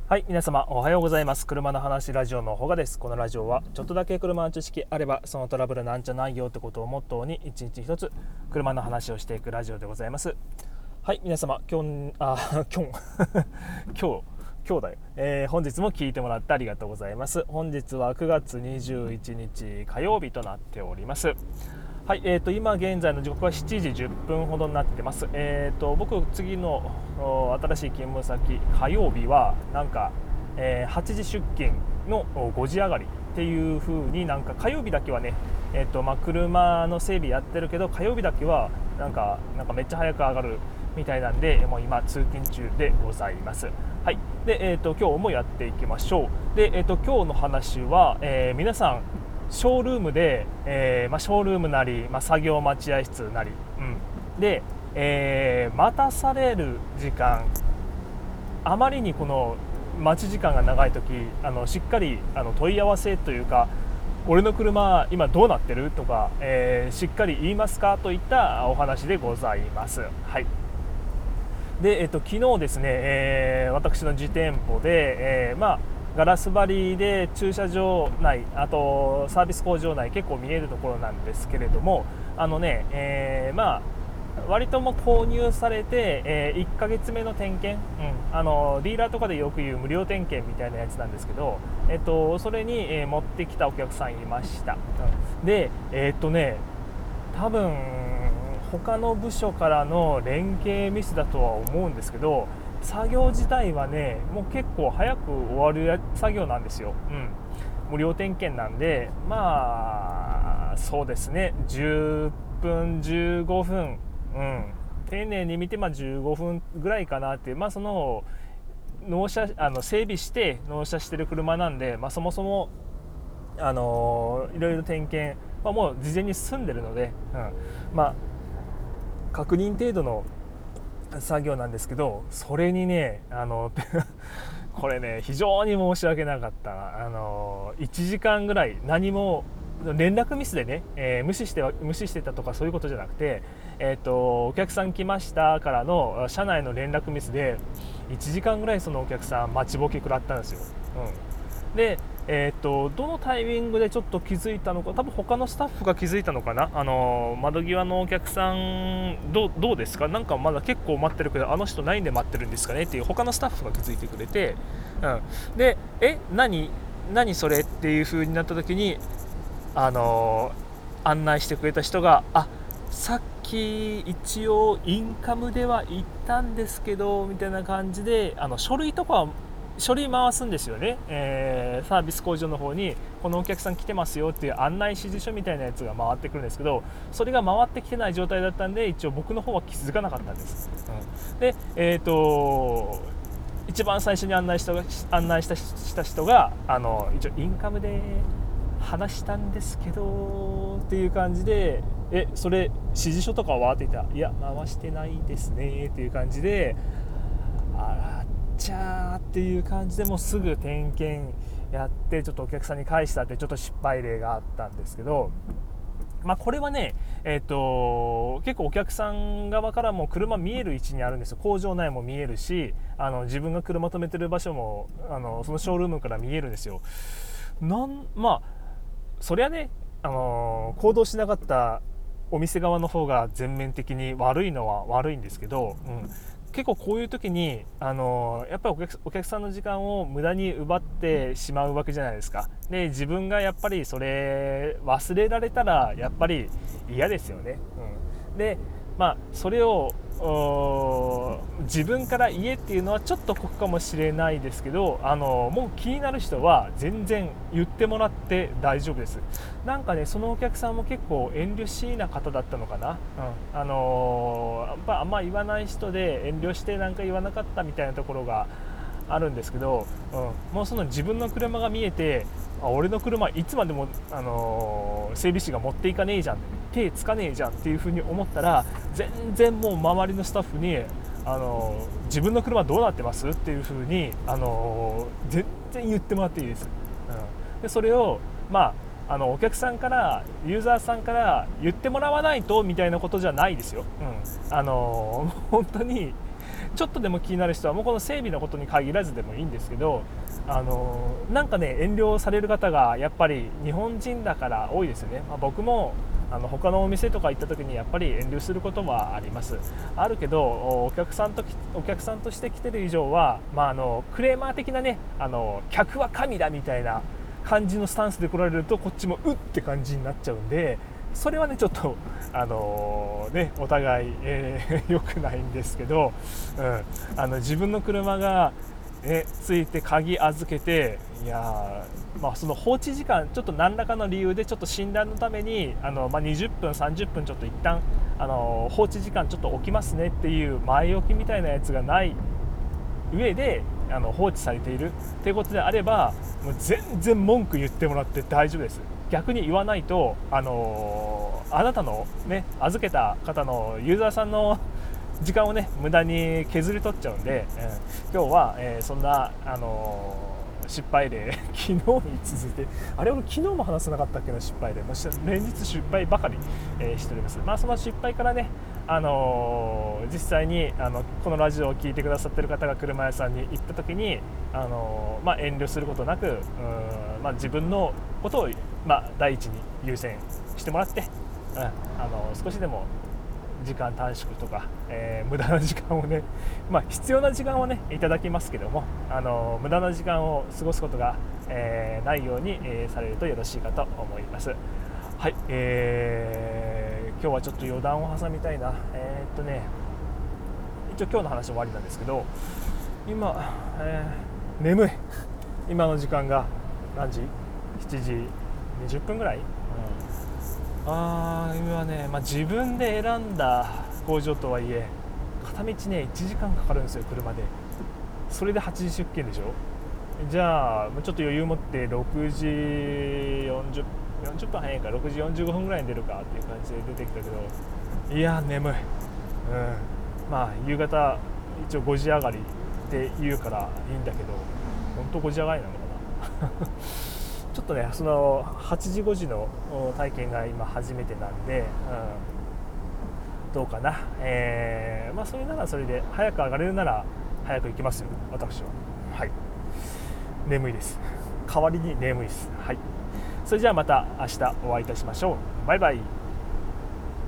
はい、皆様おはようございます。車の話ラジオのほがです。このラジオはちょっとだけ車の知識あればそのトラブルなんじゃないよってことをモットーに一日一つ車の話をしていくラジオでございます。はい、皆様今日今日今日だよ、本日も聞いてもらってありがとうございます。本日は9月21日火曜日となっております。はい、今現在の時刻は7時10分ほどになってます。僕次の新しい勤務先火曜日はなんか、8時出勤の5時上がりっていう風になんか火曜日だけはね、車の整備やってるけど火曜日だけはなんかめっちゃ早く上がるみたいなんで、もう今通勤中でございます。はい、で、今日もやっていきましょう。で、今日の話は、皆さんショールームで、ショールームなり、作業待合室なり、で、待たされる時間、あまりにこの待ち時間が長い時、しっかり問い合わせというか、俺の車今どうなってるとか、しっかり言いますかといったお話でございます。はい。で、昨日ですね、私の自店舗で、ガラス張りで駐車場内、あとサービス工場内結構見えるところなんですけれども、割とも購入されて、1ヶ月目の点検、ディーラーとかでよく言う無料点検みたいなやつなんですけど、それに、持ってきたお客さんいました。で、多分他の部署からの連携ミスだとは思うんですけど、作業自体はねもう結構早く終わる作業なんですよ。無料点検なんで、そうですね、10分15分、丁寧に見て15分ぐらいかなっていう、その納車整備して納車してる車なんで、そもそもいろいろ点検はもう事前に済んでるので、確認程度の作業なんですけど、それにねこれね非常に申し訳なかった。1時間ぐらい何も連絡ミスでね、無視してたとかそういうことじゃなくて、お客さん来ましたからの社内の連絡ミスで1時間ぐらいそのお客さん待ちぼけ食らったんですよ。で、どのタイミングでちょっと気づいたのか、多分他のスタッフが気づいたのかな。窓際のお客さんどうですか、なんかまだ結構待ってるけどあの人何で待ってるんですかねっていう他のスタッフが気づいてくれて、で何それっていう風になった時に案内してくれた人が、さっき一応インカムでは行ったんですけどみたいな感じで、書類回すんですよね。サービス工場の方にこのお客さん来てますよっていう案内指示書みたいなやつが回ってくるんですけど、それが回ってきてない状態だったんで一応僕の方は気づかなかったんです。で、一番最初に案内した人が一応インカムで話したんですけどっていう感じで、それ指示書とかはって言ったら、いや回してないですねっていう感じで、あらちゃーっていう感じでもうすぐ点検やってちょっとお客さんに返したってちょっと失敗例があったんですけど、これはね、結構お客さん側からも車見える位置にあるんですよ。工場内も見えるし、自分が車止めてる場所もそのショールームから見えるんですよ。そりゃね、行動しなかったお店側の方が全面的に悪いのは悪いんですけど、結構こういう時にやっぱりお客さんの時間を無駄に奪ってしまうわけじゃないですか。で自分がやっぱりそれ忘れられたらやっぱり嫌ですよね。でそれを自分から言えっていうのはちょっと酷かもしれないですけど、もう気になる人は全然言ってもらって大丈夫です。なんかねそのお客さんも結構遠慮しいな方だったのかな。あんま言わない人で遠慮してなんか言わなかったみたいなところがあるんですけど、もうその自分の車が見えて、俺の車いつまでも、整備士が持っていかねえじゃん、手つかねえじゃんっていう風に思ったら、全然もう周りのスタッフに自分の車どうなってますっていう風に全然言ってもらっていいです。でそれをお客さんからユーザーさんから言ってもらわないとみたいなことじゃないですよ。本当にちょっとでも気になる人はもうこの整備のことに限らずでもいいんですけど、なんかね遠慮される方がやっぱり日本人だから多いですよね。僕も他のお店とか行った時にやっぱり遠慮することはあります。あるけどお客さんとして来てる以上は、クレーマー的なね客は神だみたいな感じのスタンスで来られるとこっちもうって感じになっちゃうんで、それはねちょっとお互い、良くないんですけど、自分の車がついて鍵預けて、いやその放置時間ちょっと何らかの理由でちょっと診断のために20分30分ちょっと一旦放置時間ちょっと置きますねっていう前置きみたいなやつがない上で放置されているということであれば、もう全然文句言ってもらって大丈夫です。逆に言わないとあなたのね預けた方のユーザーさんの時間をね無駄に削り取っちゃうんで、今日は、そんな失敗例昨日に続いて、俺昨日も話せなかったっけな、失敗例連日失敗ばかり、しております。その失敗からね、実際にこのラジオを聞いてくださっている方が車屋さんに行った時に遠慮することなく自分のことを第一に優先してもらって、少しでも時間短縮とか、無駄な時間をね、必要な時間をねいただきますけども、無駄な時間を過ごすことが、ないように、されるとよろしいかと思います。はい、今日はちょっと余談を挟みたいな。一応今日の話終わりなんですけど、今、眠い。今の時間が何時？7時20分ぐらい、今はね、自分で選んだ工場とはいえ片道ね1時間かかるんですよ、車で。それで8時出勤でしょ。じゃあちょっと余裕持って6時40分早いから6時45分ぐらいに出るかっていう感じで出てきたけど、いや眠い。夕方一応5時上がりって言うからいいんだけど、本当5時上がりなのかなちょっとねその8時5時の体験が今初めてなんで、どうかな。それならそれで早く上がれるなら早く行きますよ、私は。はい、眠いです。代わりに眠いです。はい、それじゃあまた明日お会いいたしましょう。バイバイ。